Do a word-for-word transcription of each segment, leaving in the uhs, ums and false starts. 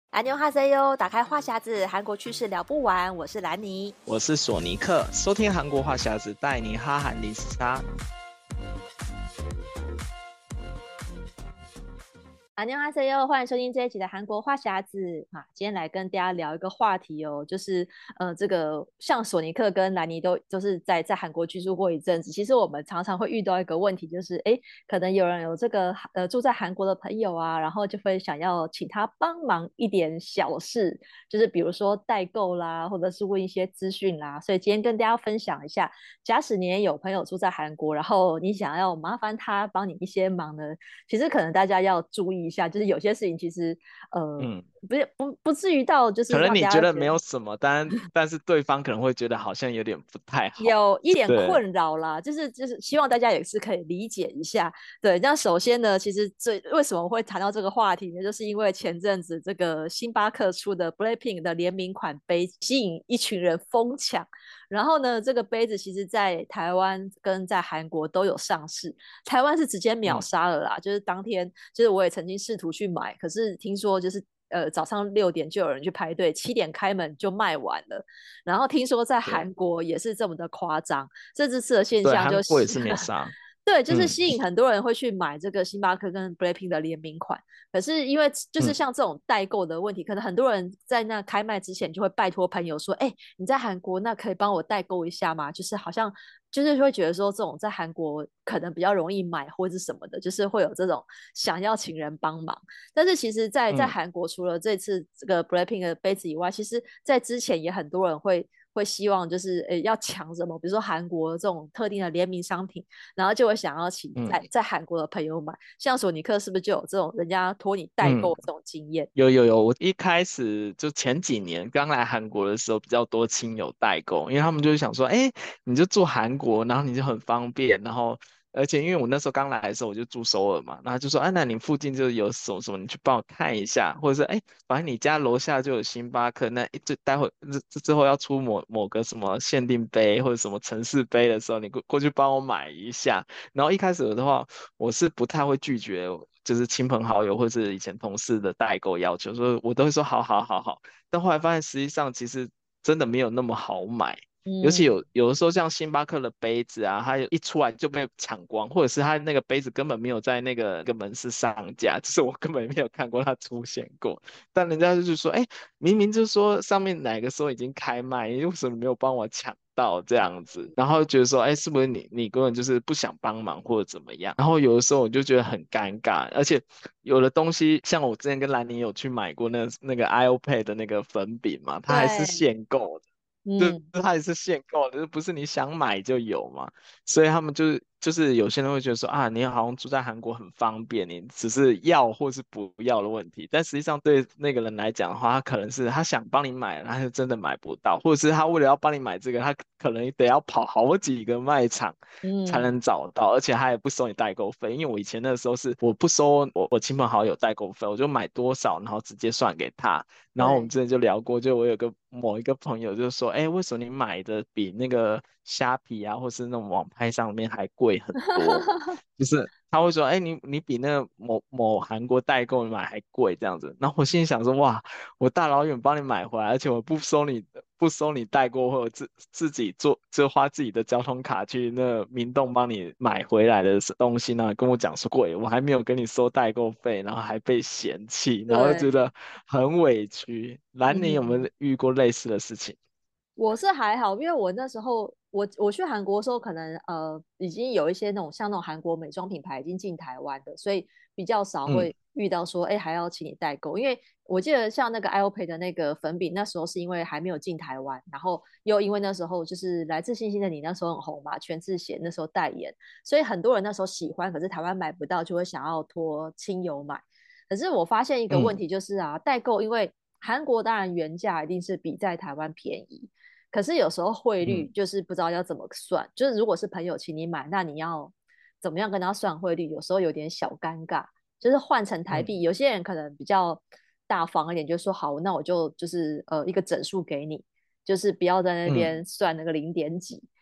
안녕하세요，打开话匣子，韩国趣事聊不完。我是兰妮， 我是索尼克，收听韩国话匣子，带你哈韩零时差。 안녕하세요，欢迎收听这一集的韩国话匣子啊。今天来跟大家聊一个话题哦，就是呃，这个像索尼克跟兰妮都就是在在韩国居住过一阵子。其实我们常常会遇到一个问题，就是哎，可能有人有这个呃住在韩国的朋友啊，然后就会想要请他帮忙一点小事，就是比如说代购啦，或者是问一些资讯啦。所以今天跟大家分享一下，假使你也有朋友住在韩国，然后你想要麻烦他帮你一些忙呢，其实可能大家要注意一下，就是有些事情其实呃嗯， 不是不不至于到就是可能让你觉得没大家觉得有什么，但但是对方可能会觉得好像有点不太好。 有一点对， 困扰啦，就是就是希望大家也是可以理解一下。对，那首先呢，其实最为什么会谈到这个话题呢？就是因为前阵子这个星巴克出的 BLACKPINK 的联名款杯吸引一群人疯抢，然后呢，这个杯子其实在台湾跟在韩国都有上市，台湾是直接秒嗯， 杀了啦，就是当天就是我也曾经试图去买，可是听说就是呃早上六点就有人去排队，七点开门就卖完了。然后听说在对韩国也是这么的夸张，这次的现对， 象就韩国也是是秒杀。 对，就是嗯吸引很多人会去买这个星巴克跟 BLACKPINK 的联名款。可是因为就是嗯像这种代购的问题，可能很多人在那开卖之前就会拜托朋友说：“哎，你在韩国，那可以帮我代购一下吗？”就是好像就是会觉得说，这种在韩国可能比较容易买或者是什么的，就是会有这种想要请人帮忙。但是其实在，在嗯。 韩国，除了这次这个 BLACKPINK 的杯子以外，其实在之前也很多人会会希望就是诶要抢什么，比如说韩国这种特定的联名商品，然后就会想要请在嗯在韩国的朋友买。像索尼克是不是就有这种人家托你代购嗯， 这种经验？ 有有有，我一开始就前几年刚来韩国的时候，比较多亲友代购，因为他们就是想说，哎，你就住韩国，然后你就很方便，然后而且因为我那时候刚来的时候我就住首尔嘛，然后就说，哎，那你附近就有什么什么，你去帮我看一下，或者是哎，反正你家楼下就有星巴克，那这待会之之后要出某某个什么限定杯或者什么城市杯的时候，你过过去帮我买一下。然后一开始的话，我是不太会拒绝，就是亲朋好友或是以前同事的代购要求，所以我都会说好好好好。但后来发现，实际上其实真的没有那么好买，尤其嗯， 有有的时候像星巴克的杯子啊，它一出来就被抢光，或者是它那个杯子根本没有在那个个门市上架，就是我根本没有看过它出现过。但人家就是说，哎，明明就是说上面哪个时候已经开卖，你为什么没有帮我抢到这样子？然后觉得说，哎，是不是你你根本就是不想帮忙或者怎么样？然后有的时候我就觉得很尴尬，而且有的东西像我之前跟兰妮有去买过那那个 I O P A 的那个粉饼嘛，它还是对， 限购的。就是嗯。 它也是限购的，就不是你想买就有嘛。所以他们就是就是有些人会觉得说啊，你好像住在韩国很方便，你只是要或是不要的问题。但实际上对那个人来讲的话，他可能是他想帮你买，他是真的买不到，或者是他为了要帮你买这个，他可能得要跑好几个卖场才嗯， 能找到，而且他也不收你代购费。因为我以前那个时候是我不收我我亲朋好友代购费，我就买多少，然后直接算给他。然后我们对， 之前就聊过，就我有个某一个朋友就说，哎，为什么你买的比那个虾皮啊，或是那种网拍上面还贵很多？就是他会说，哎，你你比那个某某韩国代购买还贵这样子。然后我心里想说，哇，我大老远帮你买回来，而且我不收你不收你代购，或者自自己做就花自己的交通卡去那明洞帮你买回来的东西呢，跟我讲说贵，我还没有跟你收代购费，然后还被嫌弃，然后就觉对， 得很委屈。兰妮有没嗯。 有遇过类似的事情？ 我是还好，因为我那时候我我去韩国的时候，可能呃已经有一些那种像那种韩国美妆品牌已经进台湾的，所以比较少嗯会遇到说，哎，还要请你代购。因为我记得像那个 I O P A 的那个粉饼，那时候是因为还没有进台湾，然后又因为那时候就是来自星星的你那时候很红嘛，全智贤那时候代言，所以很多人那时候喜欢，可是台湾买不到，就会想要托亲友买。可是我发现一个问嗯题就是啊，代购因为韩国当然原价一定是比在台湾便宜，可是有时候汇率嗯就是不知道要怎么算，就是如果是朋友请你买，那你要怎么样跟他算汇率，有时候有点小尴尬。就是换成台嗯币，有些人可能比较大方一点，就说好，那我就就是呃一个整数给你，就是不要在那嗯边算那个零点几。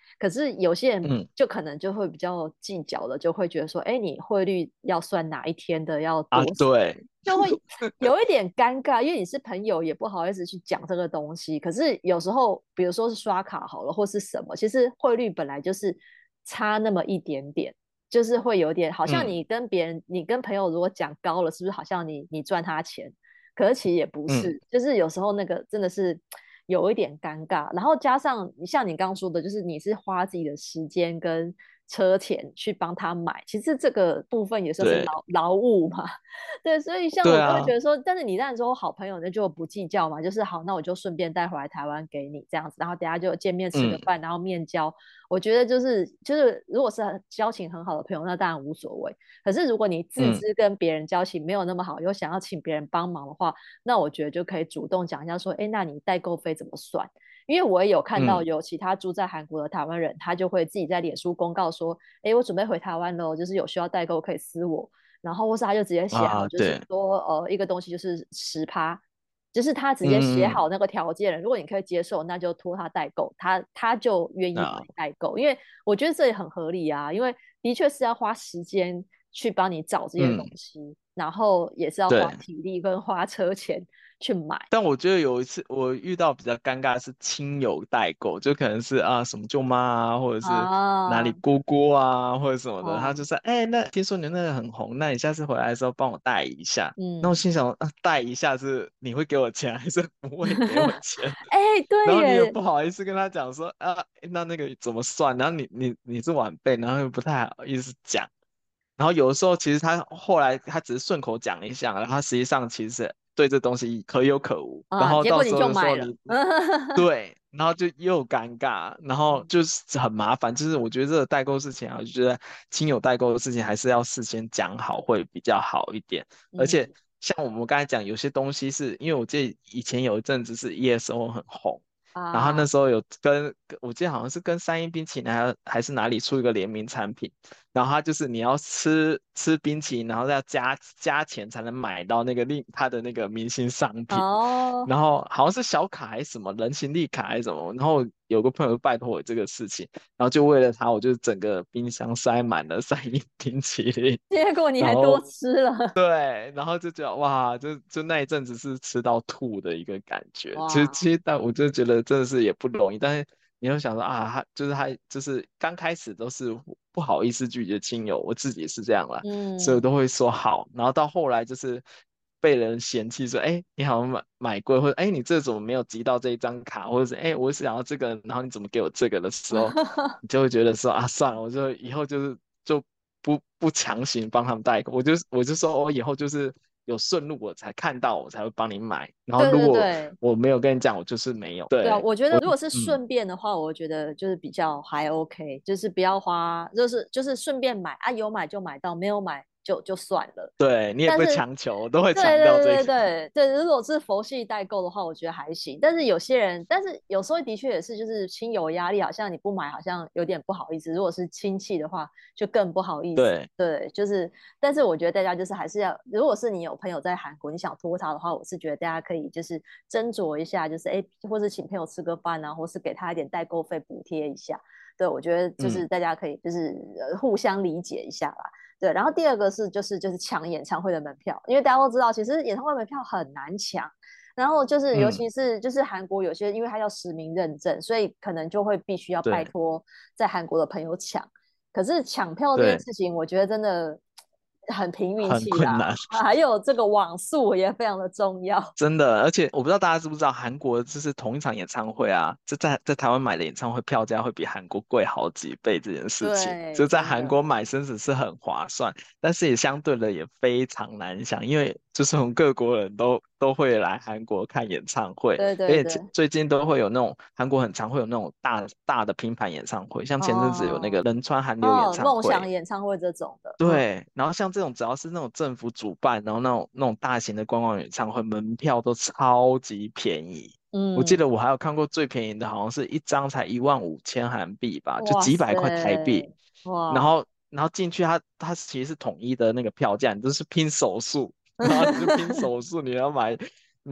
可是有些人嗯就可能就会比较计较的，就会觉得说，哎，你汇率要算哪一天的，要啊， 多少， 对， 就会有一点尴尬，因为你是朋友，也不好意思去讲这个东西。可是有时候，比如说是刷卡好了，或是什么，其实汇率本来就是差那么一点点，就是会有点，好像嗯你跟别人，你跟朋友如果讲高了，是不是好像你你赚他钱？可是其实也不嗯， 是，就是有时候那个真的是有一点尴尬。然后加上像你刚刚说的，就是你是花自己的时间跟车钱去帮他买，其实这个部分也算是对劳劳务嘛。对，所以像我就会觉对啊， 得说，但是你那时候好朋友那就不计较嘛，就是好，那我就顺便带回来台湾给你这样子，然后等下就见面吃个嗯饭，然后面交。我觉得就是就是，如果是交情很好的朋友，那当然无所谓。可是如果你自嗯， 知跟别人交情没有那么好，又想要请别人帮忙的话，那我觉得就可以主动讲一下说，哎，那你代购费怎么算？因为我也有看到嗯有其他住在韩国的台湾人，他就会自己在脸书公告说，哎，我准备回台湾了，就是有需要代购可以私我。然后或是他就直接写好， 啊， 就是对， 说呃一个东西就是十趴，就是他直接写嗯嗯好那个条件了，如果你可以接受，那就托他代购，他他就愿嗯， 意帮啊， 你代购，因为我觉得这也很合理啊，因为的确是要花时间去帮你找这些东嗯， 西，然后也是要花对。 体力跟花车钱去买但我觉得有一次我遇到比较尴尬的是亲友代购，就可能是啊什么舅妈啊，或者是哪里啊。 姑姑啊，或者什么的，他哦， 就说，哎、那听说你那个很红，那你下次回来的时候帮我带一下。那我嗯， 心想，啊，带一下是你会给我钱还是不会给我钱？ 哎， 然后你也对耶， 不好意思跟他讲说，啊，那那个怎么算？然后你你你是晚辈，然后又不太好意思讲。然后有的时候其实他后来他只是顺口讲一下，然后他实际上其实对这东西可有可无。然啊，结果你后到时候就买了， 的时候你对，然后就又尴尬，然后就是很麻烦。就是我觉得这个代购事情啊，我就觉得亲友代购的事情还是要事先讲好会比较好一点。而嗯且像我们刚才讲，有些东西是因为我记得以前有一阵子是 E S O 很红。然后那啊， 时候有跟，我记得好像是跟三一冰淇淋还还是哪里出一个联名产品，然后它就是你要吃吃冰淇淋，然后要加加钱才能买到那个另它的那个明星商品， 哦， 然后好像是小卡还是什么人情力卡还是什么，然后有个朋友拜托我这个事情，然后就为了他，我就整个冰箱塞满了三一冰淇淋， 结果你还多然后吃了， 对，然后就觉得哇，就就那一阵子是吃到吐的一个感觉。其实哇， 其实但我就觉得真的是也不容易，但是你又想说啊，他就是他就是刚开始都是不好意思拒绝亲友，我自己也是这样啦，所以我嗯， 都会说好，然后到后来就是被人嫌弃说，哎，你好像买买贵，或者哎你这怎么没有集到这一张卡，或者是哎我想要这个，然后你怎么给我这个的时候，你就会觉得说啊算了，我就以后就是就不不强行帮他们代购，我就我就说我以后就是有顺路我才看到我才会帮你买，然后对如果对对我没有跟你讲，我就是没有。 对啊， 对， 我觉得如果是嗯， 顺便的话，我觉得就是比较还 OK，就是不要花，就是就是顺便买啊，有买就买到，没有买就就算了。 对你也不会但是强求，我都会对强调这个。 对对对对，如果是佛系代购的话，我觉得还行。但是有些人，但是有时候的确也是，就是亲友压力，好像你不买，好像有点不好意思。如果是亲戚的话，就更不好意思。 对， 对，就是，但是我觉得大家就是还是要，如果是你有朋友在韩国，你想托他的话，我是觉得大家可以就是斟酌一下，就是哎，或是请朋友吃个饭啊，或是给他一点代购费补贴一下。对，我觉得就是嗯， 大家可以就是呃互相理解一下啦。对，然后第二个是就是就是抢演唱会的门票，因为大家都知道，其实演唱会门票很难抢。然后就是尤嗯， 其是就是韩国有些，因为它要实名认证，所以可能就会必须要拜对托在韩国的朋友抢。可是抢票这件对， 事情，我觉得真的很凭运很气啦， 困难。 还有这个网速也非常的重要。 真的，而且我不知道大家知不知道，韩国就是同一场演唱会啊，这在在台湾买的演唱会票价会比韩国贵好几倍这件事情， 对， 就在真的， 韩国买真的是很划算，但是也相对的也非常难想，因为就是从各国人都都会来韩国看演唱会， 对而且最对对， 最近都会有那种韩国很常会有那种大大的拼盘演唱会，像前阵子有那个哦仁川韩流演哦，梦想唱会。 演唱会这种的，嗯对，然后像这种只要是那种政府主办，然后那种那种大型的观光演唱会，门票都超级便宜。我记嗯， 得我还有看过最便宜的，好像是一张才一万五千韩币吧，就哇塞， 几百块台币。然哇。 后然后进去它它其实是统一的那个票价，你就是拼手速，然后你就拼手速，你要买买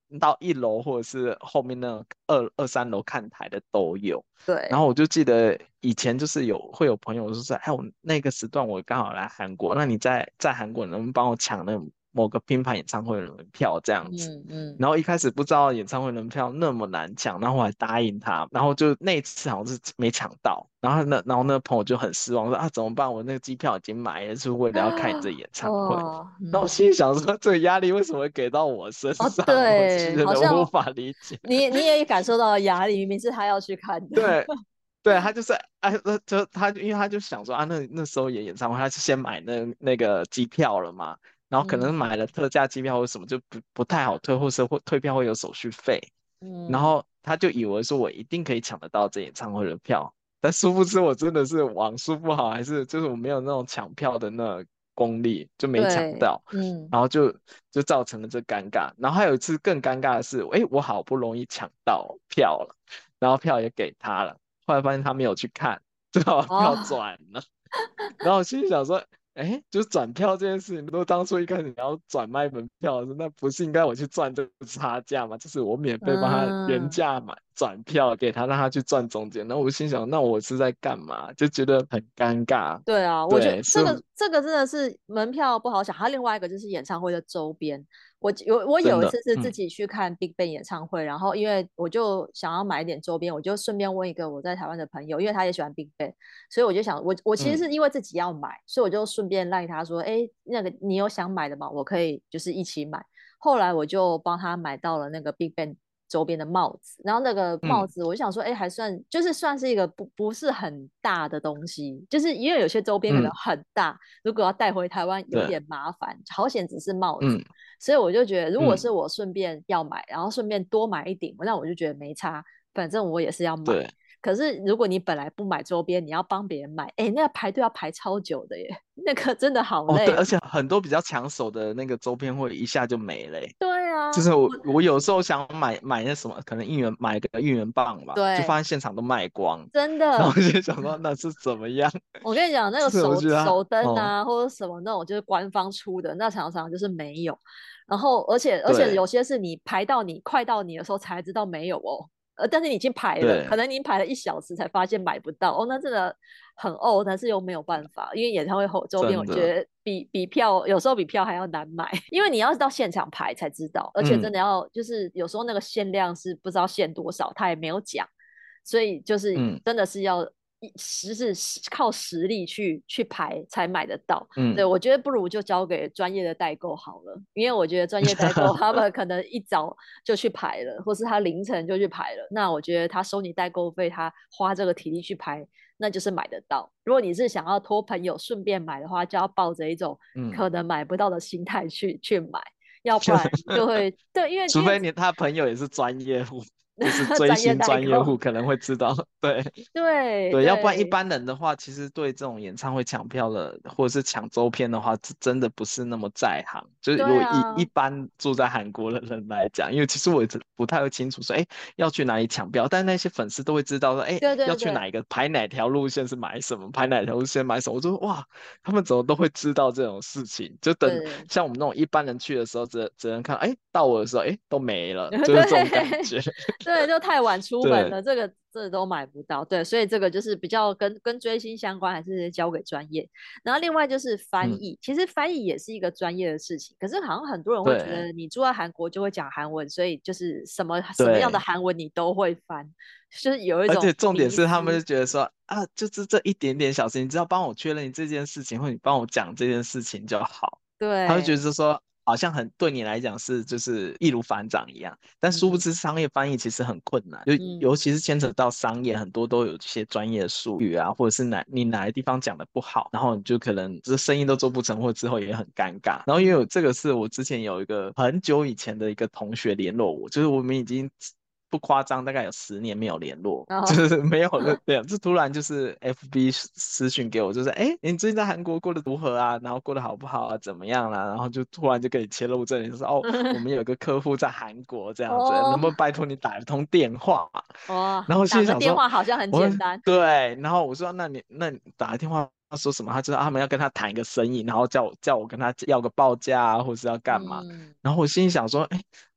到一楼或者是后面那种二二三楼看台的都有。然对， 后我就记得以前就是有会有朋友就说，哎，我那个时段我刚好来韩国，那你在在韩国能不能帮我抢那某个拼盘演唱会的门票这样子？ 嗯嗯， 然后一开始不知道演唱会门票那么难抢，然后我还答应他，然后就那一次好像是没抢到，然后那然后那个朋友就很失望说啊怎么办？我那个机票已经买了，是为了要看你这演唱会。 哇， 那我嗯， 心里想说，这个压力为什么会给到我身哦， 上？我是对， 觉得无好像法理解。 你你也感受到了压力，明明是他要去看的， 对，对，他就是哎，那就他就因为他就想说啊，那那时候演演唱会，他是先买那那个机票了嘛，然后可能嗯买了特价机票或什么就不不太好退，或是会退票会有手续费，然嗯， 后他就以为说我一定可以抢得到这演唱会的票，但殊不知我真的是网速不好，还是就是我没有那种抢票的那个功力，就没抢对， 到， 嗯， 然后就就造成了这尴尬。然后还有一次更尴尬的是，哎，我好不容易抢到票了，然后票也给他了，后来发现他没有去看，就把票哦， 转了。然后我心里想说，哎，就是转票这件事情，如果当初一开始你要转卖门票的时候那不是应该我去赚这个差价吗？就是我免费帮他原嗯。 价买转票给他，让他去赚中间。然后我心想，那我是在干嘛？就觉得很尴尬。 对啊，我觉得对， 这个所以这个真的是门票不好抢，还有另外一个就是演唱会的周边。我有我有一真的， 次是自嗯己去看 BigBang 演唱会，然后因为我就想要买一点周边，我就顺便问一个我在台湾的朋友，因为他也喜欢 BigBang，所以我就想我我其实嗯是因为自己要买，所以我就顺便赖他说，哎，那个你有想买的吗？我可以就是一起买。后来我就帮他买到了那个 BigBang 周边的帽子，然后那个帽嗯， 子我就想说，哎，还算就是算是一个不不是很大的东西，就是因为有些周边可能嗯， 很大，如果要带回台湾有对， 点麻烦，好险只是帽子， 嗯所以我就觉得如果嗯， 是我顺便要买，然后顺便多买一顶，那我就觉得没差，反正我也是要买。 对。 可是如果你本来不买周边，你要帮别人买，哎，那个排队要排超久的耶，那个真的好哦，对， 累哦。 而且很多比较抢手的那个周边会一下就没了欸。 对啊， 就是我我我有时候想买买那什么，可能应援买个应援棒吧，就发对， 现现场都卖光，然后真的， 我就想说那是怎么样？ 我跟你讲，那就是我个手觉得它手灯哦， 啊，或者什么那种，就是官方出的，那常常就是没有。然后，而且而且对有些是你排到你快到你的时候才知道没有哦，呃，但是你已经排了，可对， 能你排了一小时才发现买不到哦，那真的很怄，但是又没有办法，因为演唱会后周边，我真的， 觉得比比票有时候比票还要难买，因为你要到现场排才知道，而且真嗯的要就是有时候那个限量是不知道限多少，他也没有讲。所以就是嗯真的是要一实是靠实力去去排才买得到。对， 嗯， 我觉得不如就交给专业的代购好了，因为我觉得专业代购他们可能一早就去排了，或是他凌晨就去排了。那我觉得他收你代购费，他花这个体力去排，那就是买得到。如果你是想要托朋友顺便买的话，就要抱着一种嗯， 可能买不到的心态去去买，要不然就会对，因为因为除非你他朋友也是专业户，就是追专业星代购， 专业户可能会知道，对。对，要不然一对对， 般人的话，其实对这种演唱会抢票的，或者是抢周边的话，这真的不是那么在行。就是如对果以一啊， 般住在韩国的人来讲，因为其实我也不太会清楚说，哎，要去哪里抢票，但那些粉丝都会知道说，哎， 对对对要去哪一个排哪条路线是买什么，排哪条路线买什么。我就说哇，他们怎么都会知道这种事情？就等对像我们那种一般人去的时候，只只能看，哎，到我的时候，哎，都没了， 对就是这种感对觉。 对，就太晚出门对， 了，这个这个都买不到。对，所以这个就是比较跟跟追星相关，还是交给专业。然后另外就是翻嗯， 译，其实翻译也是一个专业的事情，可是好像很多人会觉对得你住在韩国就会讲韩文，所以就是什么什么样的对。 韩文你都会翻，就是有一种而且重点迷是，他们思。 就觉得说啊，就是这一点点小事，你只要帮我确认你这件事情，或者你帮我讲这件事情就好。他就觉对， 得说，好像很对你来讲是就是易如反掌一样，但殊不嗯知商业翻译其实很困难，尤嗯， 尤其是牵扯到商业，很多都有一些专业的术语啊，或者是哪你哪个地方讲的不好，然后你就可能这生意都做不成，或之后也很尴尬。然后因为嗯， 我这个是我之前有一个很久以前的一个同学联络我，就是我们已经。不夸张，大概有十年没有联络， 然后就是没有了。对啊，就突然就是 F B 私私讯给我，就是哎，诶你最近在韩国过得如何啊？然后过得好不好啊？怎么样啦、然后就突然就给你切入这里，就说哦，我们有个客户在韩国这样子，能不能哦拜托你打一通电话？ 哇， 然后心打个里想说， 电话好像很我简单。 对，然后我说那你那你打个电话。他说什么？他知道他们要跟他谈一个生意，然后叫我叫我跟他要个报价啊，或是要干嘛？ 嗯， 然后我心里想说，哎。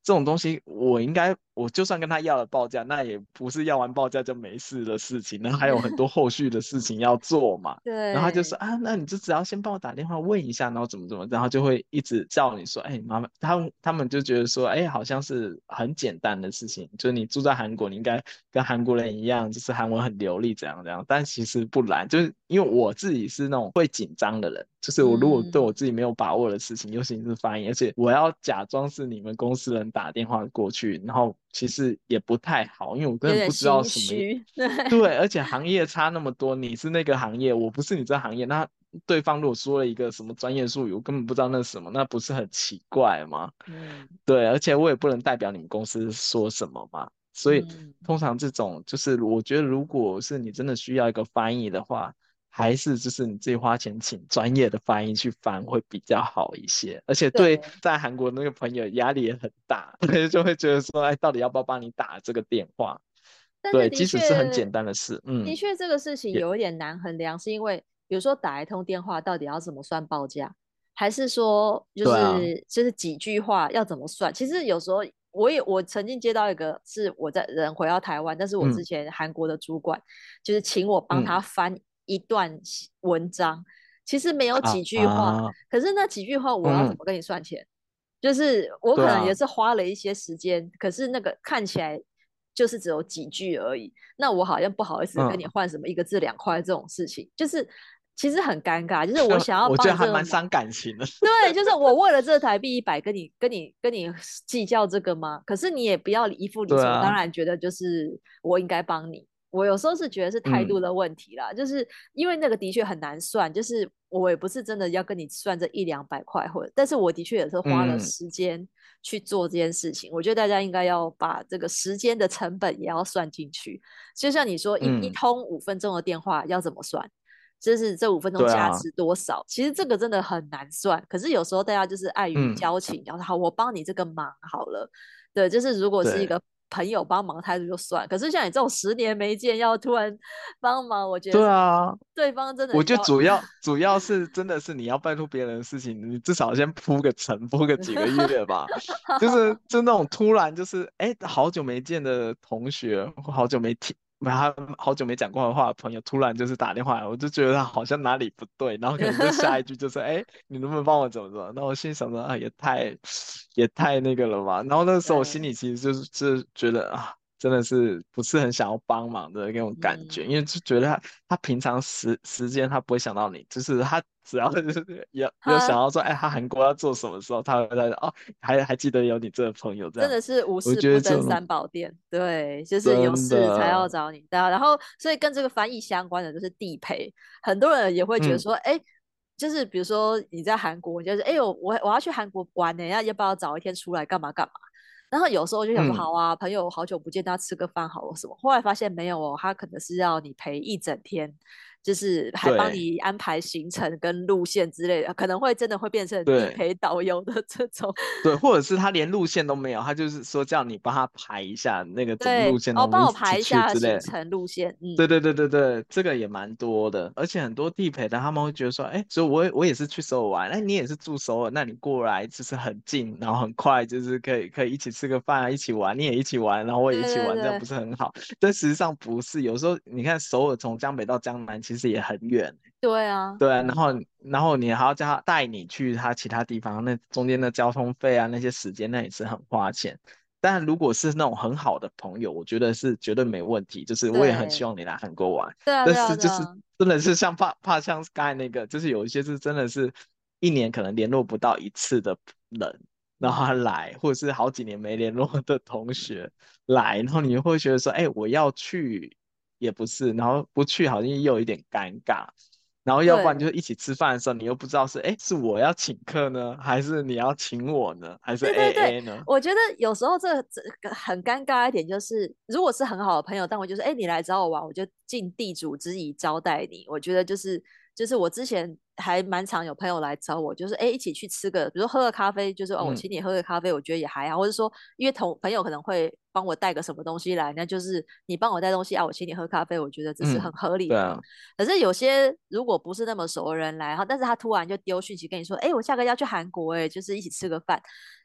这种东西我应该，我就算跟他要了报价，那也不是要完报价就没事的事情，那还有很多后续的事情要做嘛。然后他就说对， 啊，那你就只要先帮我打电话问一下，然后怎么怎么，然后就会一直叫你说，哎，麻烦他们他们就觉得说，哎，好像是很简单的事情，就是你住在韩国，你应该跟韩国人一样，就是韩文很流利，怎样怎样。但其实不然，就是因为我自己是那种会紧张的人，就是我如果对我嗯， 自己没有把握的事情，尤其是发音，而且我要假装是你们公司人打电话过去，然后其实也不太好，因为我根有点本不知道心什么。 虚，对， 对，而且行业差那么多，你是那个行业，我不是你这行业，那对方如果说了一个什么专业术语，我根本不知道那是什么，那不是很奇怪吗？ 嗯对，而且我也不能代表你们公司说什么嘛，所以嗯， 通常这种就是我觉得，如果是你真的需要一个翻译的话，还是就是你自己花钱请专业的翻译去翻会比较好一些，而且对对。 在韩国那个朋友压力也很大，所以就会觉得说，哎，到底要不要帮你打这个电话？对， 但是的即使是很简确， 单的事，嗯， 的确这个事情也有一点难衡量，是因为比如说打一通电话到底要怎么算报价，还是说就对啊， 是就是几句话要怎么算？其实有时候我也我曾经接到一个是我在人回到台湾，但是我之嗯前韩国的主管就是请我帮他嗯翻一段文章，其实没有几啊句话， 啊， 可是那几句话我要怎嗯， 么跟你算钱？就是我可能也对啊， 是花了一些时间，可是那个看起来就是只有几句而已。那我好像不好意思跟你嗯， 换什么一个字两块这种事情，就是其实很尴尬。就是我就想要帮我觉得你这个忙， 还蛮伤感情的， 对，就是我为了这台币一百跟你跟你跟你计较这个吗？可是你也不要一副理所当对啊， 然觉得就是我应该帮你。我有时候是觉得是态度嗯的问题啦，就是因为那个的确很难算，就是我也不是真的要跟你算这一两百块，或者，但是我的确也是花了嗯时间去做这件事情。我觉得大家应该要把这个时间的成本也要算进去。就像你说一一嗯， 通五分钟的电话要怎么算？就是这五分钟对啊， 价值多少？其实这个真的很难算。可是有时候大家就是碍于嗯交情，然后好，我帮你这个忙好了。对，就是如果是一对。 个朋友帮忙态度就算，可是像你这种十年没见要突然帮忙，我觉得对啊， 对方真的我觉得要主要主要是真的是你要拜托别人的事情，你至少先铺个陈，铺个几个月吧。就是就那种突然就是哎，好久没见的同学，或好久没听，他好久没讲过的话的朋友，突然就是打电话来，我就觉得他好像哪里不对，然后可能就下一句就是哎，你能不能帮我怎么怎么？那我心里想着啊，也太也太那个了吧。然后那时候我心对， 里其实就是是觉得啊。真的是不是很想要帮忙的那种感觉，因嗯， 为就觉得他他平常时时间他不会想到你，就是他只要就是有有想他要说，哎，他韩国要做什么时候，他会在哦，还还记得有你这个朋友这样， 真的是无我事觉得这种不登三宝殿，对，就是有真事才要的， 找你。对啊，然后所以跟这个翻译相关的就是地陪，很多人也会觉得嗯说，哎，就是比如说你在韩国，你就是哎我我我要去韩国玩呢，要要不要找一天出来干嘛干嘛？然后有时候就想说， 嗯， 好啊，朋友好久不见，大家吃个饭好了什么。后来发现没有哦，他可能是要你陪一整天，就是还帮对你安排行程跟路线之类的，可能会真的会变成地对。 陪导游的这种。 对，或者是他连路线都没有，他就是说叫你帮他排一下那个怎么路对， 线，然哦， 后我们帮我一起排一下去之类的。 行程路线，嗯， 对对对对对，这个也蛮多的，而且很多地陪的他们会觉得说，哎，所以我也我也是去首尔玩，哎，你也是住首尔，那你过来就是很近，然后很快，就是可以可以一起吃个饭啊，一起玩，你也一起玩，然后我也对一起玩，这样不对对是很好？但实际上不是，有时候你看首尔从江北到江南其实也很远， 对啊， 对啊，然后嗯， 然后你还要叫他带你去他其他地方，那中间的交通费啊，那些时间那也是很花钱。但如果是那种很好的朋友，我觉得是绝对没问题。就是我也很希对望你来韩国玩， 对啊， 但对啊， 是就是对啊， 真的是像怕怕像刚才那个，就是有一些是真的是一年可能联络不到一次的人，然后他嗯， 来，或者是好几年没联络的同学来，然后你会觉得说，哎，我要去也不是，然后不去好像又有一点尴尬。然后要不然就对。 是一起吃饭的时候，你又不知道是哎是我要请客呢，还是你要请我呢，还是对对对， A A 呢？ 我觉得有时候这这个很尴尬一点，就是如果是很好的朋友，但我就是哎，你来找我玩，我就尽地主之谊招待你。我觉得就是就是我之前还蛮常有朋友来找我，就是哎一起去吃个，比如说喝个咖啡，就是哦我嗯， 请你喝个咖啡，我觉得也还好，或者说因为同朋友可能会帮我带个什么东西来，那就是你帮我带东西啊，我请你喝咖啡，我觉得这是很嗯， 合理的嘛。 对啊， 可是有些如果不是那么熟的人来，然后但是他突然就丢讯息跟你说，哎，我下个要去韩国，哎，就是一起吃个饭。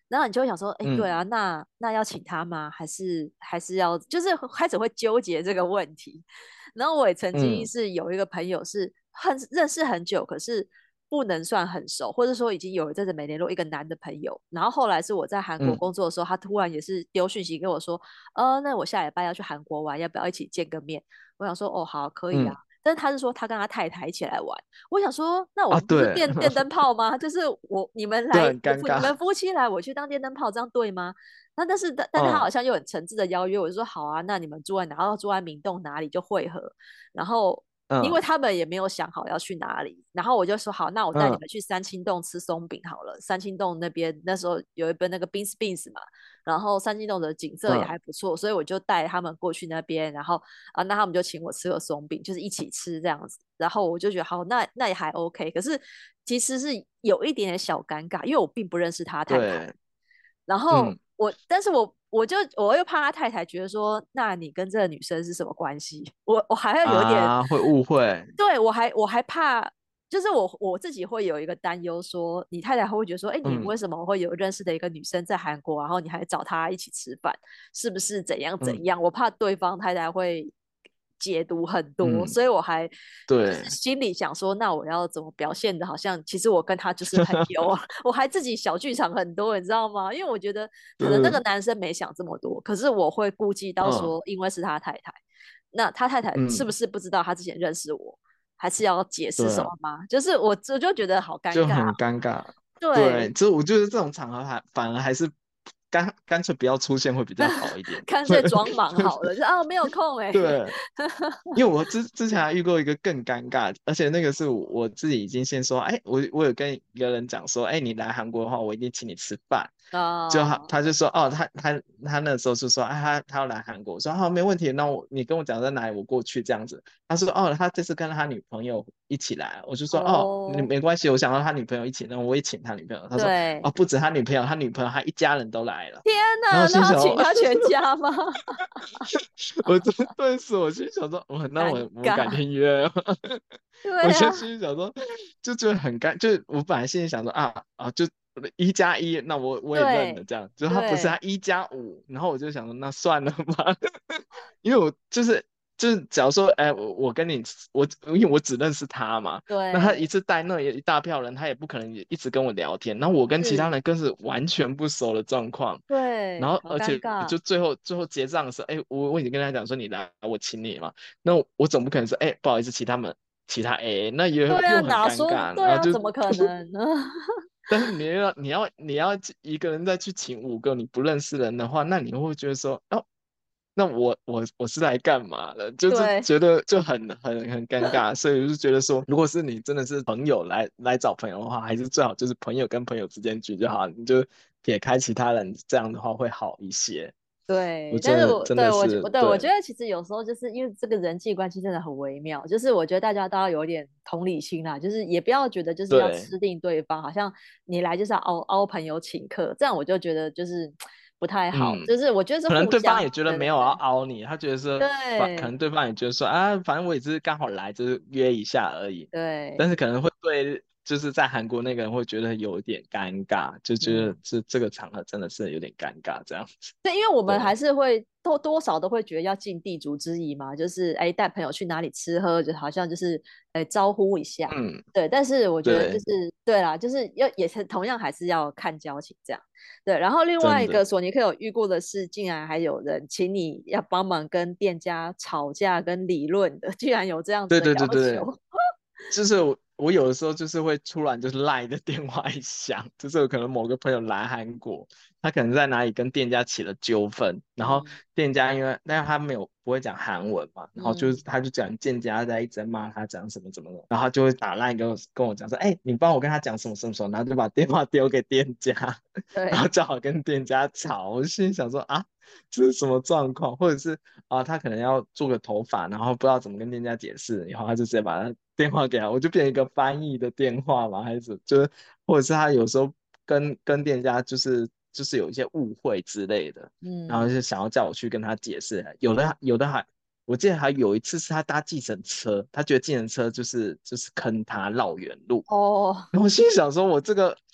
然后你就会想说，哎，对嗯啊，那那要请他吗？还是还是要，就是开始会纠结这个问题。然后我也曾经嗯是有一个朋友是很认识很久，可是不能算很熟，或者说已经有一阵子没联络，一个男的朋友。然后后来是我在韩国嗯， 工作的时候，他突然也是丢讯息给我说，呃，那我下礼拜要去韩国玩，要不要一起见个面？我想说，哦，好，可以啊。 嗯但是他是说他跟他太太一起来玩，我想说，那我啊， 们不是对， 电电灯泡吗？就是我你们这来， 很尴尬。 你们夫妻来，我去当电灯泡，这样对吗？那但是但但是他好嗯像又很诚挚的邀约，我就说好啊，那你们住在哪？然后住在明洞哪里就会合。然后因为嗯他们也没有想好要去哪里，然后我就说好，那我带你嗯们去三清洞吃松饼好了。三清洞那边那时候有一本那个 Beans Beans 嘛，然后三清洞的景色也嗯， 还不错，所以我就带他们过去那边，然后啊，那他们就请我吃个松饼，就是一起吃这样子。然后我就觉得好，那那也还 OK，可是其实是有一点点小尴尬，因为我并不认识他太太。 对， 然后嗯我，但是我我就我又怕他太太觉得说，那你跟这个女生是什么关系？我我还要有点， 啊，会误会。 对我还我还怕，就是我我自己会有一个担忧，说你太太会觉得说，哎，你嗯为什么会有认识的一个女生在韩国，然后你还找她一起吃饭，是不是怎样怎嗯样？我怕对方太太会解读很多， 嗯， 所以我还就是对， 心里想说，那我要怎么表现的，好像其实我跟他就是朋友啊，我还自己小剧场很多，你知道吗？因为我觉得可能那个嗯男生没想这么多，可是我会顾忌到嗯说，因为是他太太，那他太太是不嗯， 是不知道他之前认识我，还是要解释什对， 么吗？就是我我就觉得好尴尬， 就很尴尬。对， 对， 这我觉得这种场合还反而还是干干脆不要出现会比较好一点。 干脆装忙好了，就啊没有空哎、欸， 对，因为我之之前还遇过一个更尴尬，而且那个是我我自己已经先说，哎，我我有跟一个人讲说，哎，你来韩国的话，我一定请你吃饭。就他哦他就说，哦，他他他那时候就说，哎，他他要来韩国，我说好，没问题，那我你跟我讲在哪里，我过去这样子。他说，哦，他这次跟他女朋友一起来，我就说，哦，你哦， 没关系，我想到他女朋友一起，那我也请他女朋友。他说，哦， 对， 不止他女朋友，他女朋友他一家人都来了。 天然后哪， 我心想， 那要请他全家吗？ 我真顿时我心想说，我那尴我我改尬， 天约。我就对啊， 心里想说，就觉得很尴，就是我本来心里想说啊啊，就一加一，那我我也认了， 对这样，就他不是他对一加五，然后我就想说，那算了吧。因为我就是就是假如说，哎，我我跟你我因为我只认识他嘛，那他一对， 次带那也一大票人，他也不可能也一直跟我聊天，然后我跟其他是， 人更是完全不熟的状况。然对，好后而且尴尬， 就最后最后结账的时候，哎，我我已经跟他讲说你来我请你嘛，那我我总不可能说，哎，不好意思，其他们其他 A A，那也对啊， 又很哪说尴尬， 对啊， 然后就怎么可能呢？ 但是你要你要你要一个人再去请五个你不认识人的话，那你会觉得说，哦，那我我我是来干嘛的？就是对觉得就很很很尴尬，所以我就觉得说，如果是你真的是朋友来来找朋友的话，还是最好就是朋友跟朋友之间聚就好，你就撇开其他人，这样的话会好一些。我对，但是真的真我对的是我我对我觉对得其实有时候就是因为这个人际关系真的很微妙，就是我觉得大家都要有点同理心啦，就是也不要觉得就是要对， 吃定对方，好像你来就是要凹凹朋友请客，这样我就觉得就是不太好， 嗯， 就是我觉得是可能互相， 对方也觉得没有要对对对凹你，他觉得说，反可对能对方也觉得说啊，反正我也只是刚好来，就是约一下而已。但对， 是可能会对，就是在韩国那个人会觉得有点尴尬，就觉嗯。 得这这个场合真的是有点尴尬这样子。 对，因为我们还对是会多多少都会觉得要尽地主之谊嘛，就是哎带朋友去哪里吃喝，就好像就是哎招呼一下， 嗯， 对。但是我觉得就对， 是对啦，就是要也是同样还是要看交情这样，对。然后另外一个真的， 索尼克有遇过的是，竟然还有人请你要帮忙跟店家吵架跟理论的，居然有这样子对对的要对对， 求， 就是我我有的时候就是会突然就是赖的电话一响，就是有可能某个朋友来韩国，他可能在哪里跟店家起了纠纷，然后嗯店家因为但是他没有不会讲韩文嘛，然后就嗯， 是他就讲店家在一直在骂他讲什么怎么的，然后他就会打赖跟我跟我讲说，哎，你帮我跟他讲什么什么什么，然后就把电话丢给店家，然后对叫我跟店家吵，我心里想说啊。这是什么状况？或者是啊，他可能要做个头发，然后不知道怎么跟店家解释，然后他就直接把他电话给他，我就变成一个翻译的电话嘛，还是就是，或者是他有时候跟跟店家就是就是有一些误会之类的，然后嗯就想要叫我去跟他解释，有的有的还。我记得还有一次是他搭计程车，他觉得计程车就是就是坑他绕远路， 哦然后我心里想说，我这个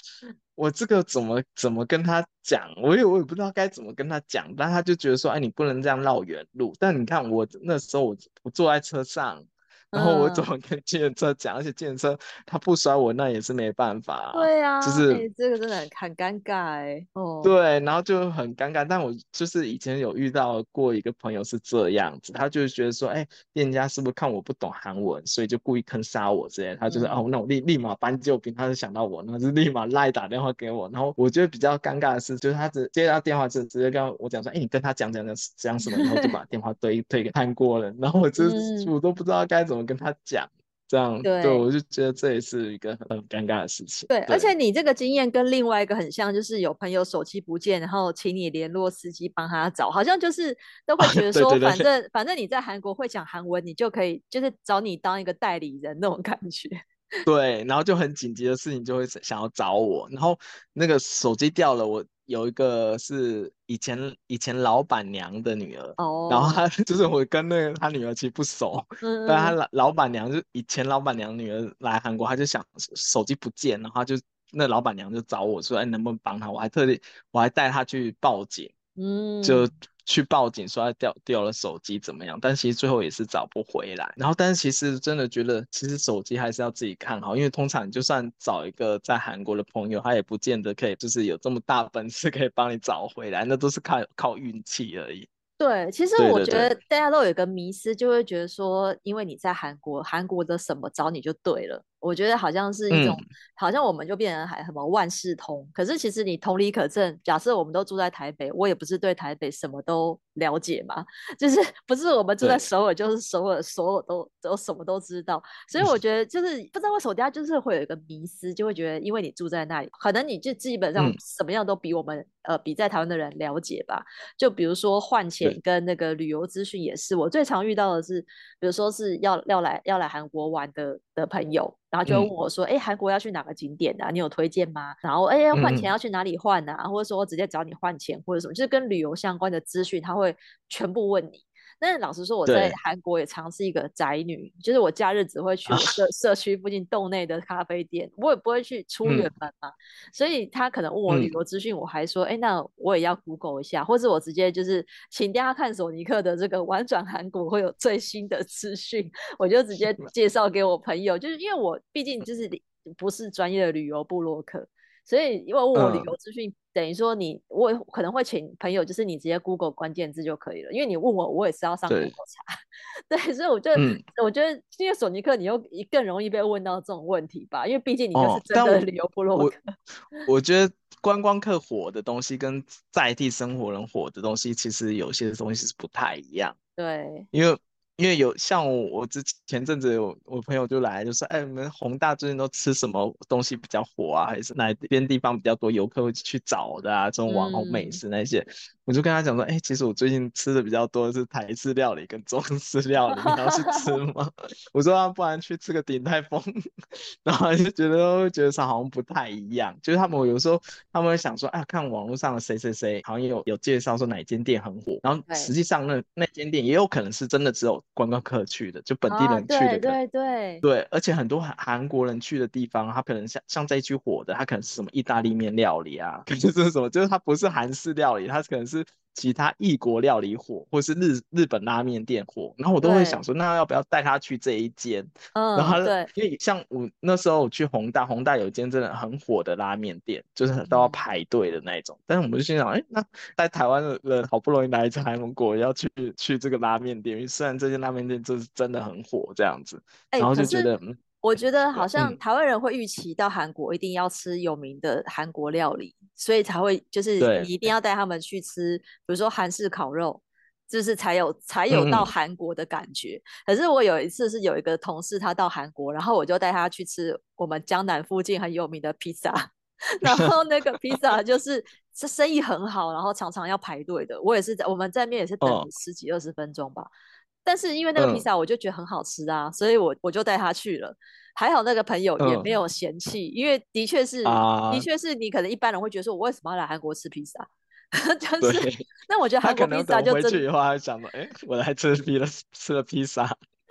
我这个怎么怎么跟他讲？我也我也不知道该怎么跟他讲，但他就觉得说，哎，你不能这样绕远路。但你看我那时候我我坐在车上，然后我怎嗯， 么跟计程车讲？而且计程车他不甩我，那也是没办法啊， 对啊，哎、 就是这个真的很很尴尬哎、哦， 对，然后就很尴尬。但我就是以前有遇到过一个朋友是这样子，他就是觉得说，哎，店家是不是看我不懂韩文，所以就故意坑杀我之类的。他就是嗯哦，那我立立马搬救兵，他就想到我，然后就立马赖打电话给我。然后我觉得比较尴尬的是，就是他直接到电话就直接跟我讲说，哎，你跟他讲讲讲讲什么，然后就把电话推推给韩国人，然后我就嗯， 我都不知道该怎么跟他讲。这样对对。 我就觉得这也是一个很很尴尬的事情。 对，而且对， 你这个经验跟另外一个很像，就是有朋友手机不见，然后请你联络司机帮他找，好像就是都会觉得说， 对对对反正反正你在韩国会讲韩文，你就可以就是找你当一个代理人那种感觉。 对，然后就很紧急的事情就会想要找我，然后那个手机掉了，我有一个是以前以前老板娘的女儿，然后哦， 她就是我跟那个她女儿其实不熟，但她嗯嗯老老板娘就以前老板娘女儿来韩国，她就想手机不见，然后她就那老板娘就找我说，哎，能不能帮她？我还特地我还带她去报警。就嗯， 去报警说他掉掉了手机怎么样，但其实最后也是找不回来。然后，但是其实真的觉得，其实手机还是要自己看好，因为通常就算找一个在韩国的朋友，他也不见得可以，就是有这么大本事可以帮你找回来，那都是靠靠运气而已。 对，其实我觉对对对， 得大家都有一个迷思，就会觉得说，因为你在韩国，韩国的什么找你就对了。我觉得好像是一种， 嗯， 好像我们就变成还什么万事通。可是其实你同理可证，假设我们都住在台北，我也不是对台北什么都了解嘛，就是不是我们住在对， 首尔，就是首尔所有都都什么都知道。所以我觉得就是不知道为什么大家就是会有一个迷思，就会觉得因为你住在那里，可能你就基本上嗯， 什么样都比我们呃比在台湾的人了解吧。就比如说换钱对， 跟那个旅游资讯也是，我最常遇到的是，比如说是要要来要来韩国玩的的朋友，然后就会问嗯我说，哎，韩国要去哪个景点啊？你有推荐吗？然后哎，换钱嗯嗯， 要去哪里换啊？或者说我直接找你换钱或者什么，就是跟旅游相关的资讯，他会全部问你。但是老实说，我在对韩国也常是一个宅女，就是我假日只会去啊， 我社社区附近洞内的咖啡店，我也不会去出远嗯门嘛。所以他可能问我旅嗯， 游资讯，我还说，哎，那我也要 Google 一下，或者我直接就是请大家看索尼克的这个玩转韩国会有最新的资讯，我就直接介绍给我朋友，就是因为我毕竟就是不是专业的旅游部落客，所以因为问我旅游嗯资讯，等于说你我可能会请朋友，就是你直接 Google 关键字就可以了，因为你问我，我也是要上对， Google 查，对，所以我就嗯我觉得因为索尼克你又更容易被问到这种问题吧，因为毕竟你就是哦，但我真的旅游部落我客。 我觉得观光客火的东西跟在地生活人火的东西，其实有些东西是不太一样。 对， 因为因为有像我，我之前阵子有我朋友就来就说，哎，你们宏大最近都吃什么东西比较火啊？还是哪边地方比较多游客会去找的啊？这种网红美嗯， 食那些，我就跟他讲说，哎，其实我最近吃的比较多的是台式料理跟中式料理，你要去吃吗？我说啊，不然去吃个鼎泰丰，然后就觉得会觉得是好像不太一样，就是他们有时候他们会想说，啊，看网络上的谁谁谁好像有有介绍说哪间店很火，然后实对际上那那间店也有可能是真的只有观光客去的，就本地啊， 人去的可能。 对对对， 对，而且很多韩韩国人去的地方，他可能像像这一区火的，他可能是什么意大利面料理啊，可能就是什么，就是它不是韩式料理，它可能是其他异国料理火，或是日日本拉面店火。然后我都会想对， 说，那要不要带他去这一间？然后嗯， 他对， 因为像我那时候我去宏大，宏大有一间真的很火的拉面店，就是都要嗯， 排队的那一种。但是我们就心想，哎，那在台湾的人好不容易来一次韩国，要去去这个拉面店，因为虽然这间拉面店就是真的很火这样子。 哎， 然后可是就觉得，嗯， 我觉得好像嗯， 台湾人会预期到韩国一定要吃有名的韩国料理，所以才会就是你对， 一定要带他们去吃，比如说韩式烤肉，就是才有才有到嗯嗯， 韩国的感觉。可是我有一次是有一个同事他到韩国，然后我就带他去吃我们江南附近很有名的披萨，然后那个披萨就是这生意很好，然后常常要排队的。我也是在我们在面也是等了哦， 十几二十分钟吧。但是因为那个披嗯萨我就觉得很好吃啊，所以我我就带他去了。还好那个朋友也没嗯有嫌弃，因为的确是的啊， 确是你可能一般人会觉得说，我为什么要来韩国吃披萨？就对， 是，那我觉得他韩国披可能等回萨就真去以后，他就想说，哎，我来吃披了吃了披萨，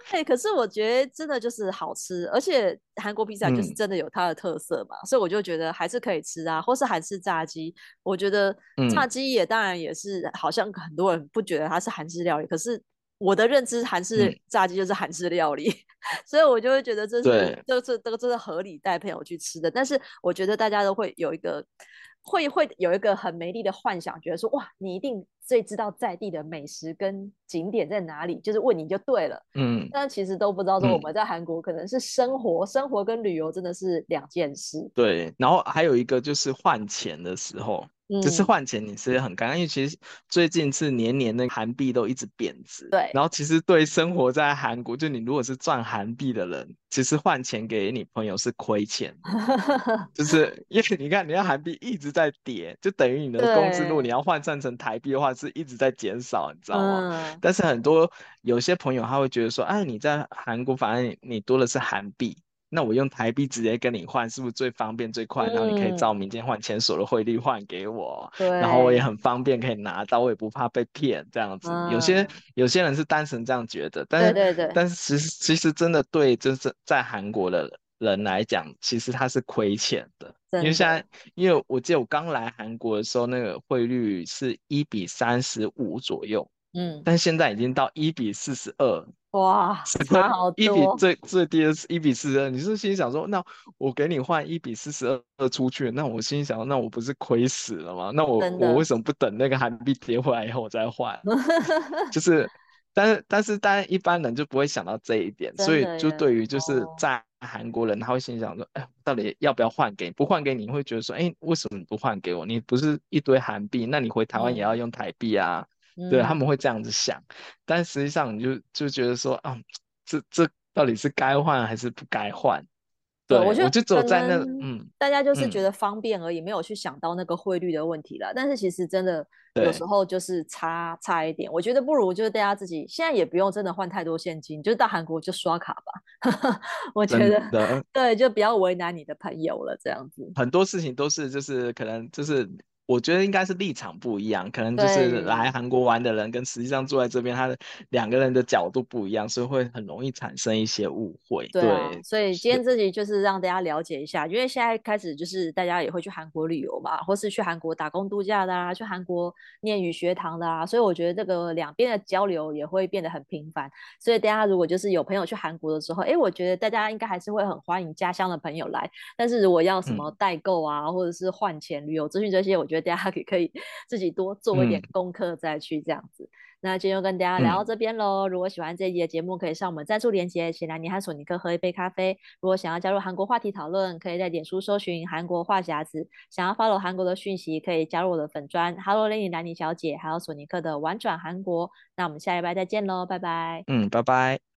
对，可是我觉得真的就是好吃，而且韩国披萨就是嗯真的有它的特色嘛，所以我就觉得还是可以吃啊，或是韩式炸鸡，我觉得炸嗯， 鸡也当然也是，好像很多人不觉得它是韩式料理，可是我的认知韩嗯， 式炸鸡就是韩式料理，所以我就会觉得这是对， 这这这个真的合理带朋友去吃的，但是我觉得大家都会有一个会会有一个很美丽的幻想，觉得说哇，你一定最知道在地的美食跟景点在哪里，就是问你就对了。 嗯但其实都不知道说我嗯。 们在韩国可能是生活，生活跟旅游真的是两件事。 对，然后还有一个就是换钱的时候，就是嗯， 换钱你是很尴尬，因为其实最近是年年那个韩币都一直贬值， 对， 然后其实对生活在韩国，就你如果是赚韩币的人，其实换钱给你朋友是亏钱的，就是因为你看，你看韩币一直在跌，就等于你的工资，如果你对， 要换算成台币的话，是一直在减少，你知道吗？ 嗯但是很多有些朋友他会觉得说，哎，你在韩国反正你多的是韩币。那我用台币直接跟你换，是不是最方便最快？然后你可以照嗯， 民间换钱所的汇率换给我，然后我也对， 很方便可以拿到，我也不怕被骗这样子。有些嗯， 有些人是单纯这样觉得，但是对对对， 但是其实其实真的对，就是在韩国的人来讲，其实他是亏钱的。因为真的， 现在，因为我记得我刚来韩国的时候，那个汇率是一比三十五左右， 嗯， 但现在已经到一比四十二， 哇，差好一比多， 最最低的是一比四十二，你是心里想说，那我给你换一比四十二出去，那我心里想，那我不是亏死了吗？那我真的， 我为什么不等那个韩币跌回来以后我再换？就是，但是但是当然一般人就不会想到这一点，所以真的耶， 就对于就是哦， 在韩国人，他会心里想说，哎，到底要不要换给你？不换给你，你会觉得说，哎，为什么你不换给我？你不是一堆韩币，那你回台湾也要嗯用台币啊？对，他们嗯， 会这样子想。但实际上你就就觉得说，啊，这这到底是该换还是不该换？ 对，我对， 觉得我就只有可在那， 能嗯大家就是觉嗯， 得方便而已，没有去想到那个汇率的问题啦。但是其实真的有时对， 候就是差差一点，我觉得不如就是大家自己现在也不用真的换太多现金，就是到韩国就刷卡吧。我觉得真的对，就不要为难你的朋友了，这样子。 很多事情都是就是可能就是我觉得应该是立场不一样，可能就是来对， 韩国玩的人跟实际上住在这边，他的两个人的角度不一样，所以会很容易产生一些误会。 对啊， 对， 所以今天是， 这集就是让大家了解一下，因为现在开始就是大家也会去韩国旅游嘛，或是去韩国打工度假的啊，去韩国念语学堂的啊，所以我觉得这个两边的交流也会变得很频繁。所以大家如果就是有朋友去韩国的时候，哎，我觉得大家应该还是会很欢迎家乡的朋友来。但是如果要什么嗯代购啊，或者是换钱、旅游资讯这些，我觉得大家可以可以自己多做一点嗯功课再去这样子。那今天就跟大家聊到嗯， 这边喽。如果喜欢这一集的节目，可以上我们赞助连结，请来你和索尼克喝一杯咖啡。如果想要加入韩国话题讨论，可以在脸书搜寻韩国话匣子。想要 follow 韩国的讯息，可以加入我的粉砖 Hello Lenny 兰妮小姐，还有索尼克的玩转韩国。那我们下礼拜再见喽，拜拜。 嗯，拜拜。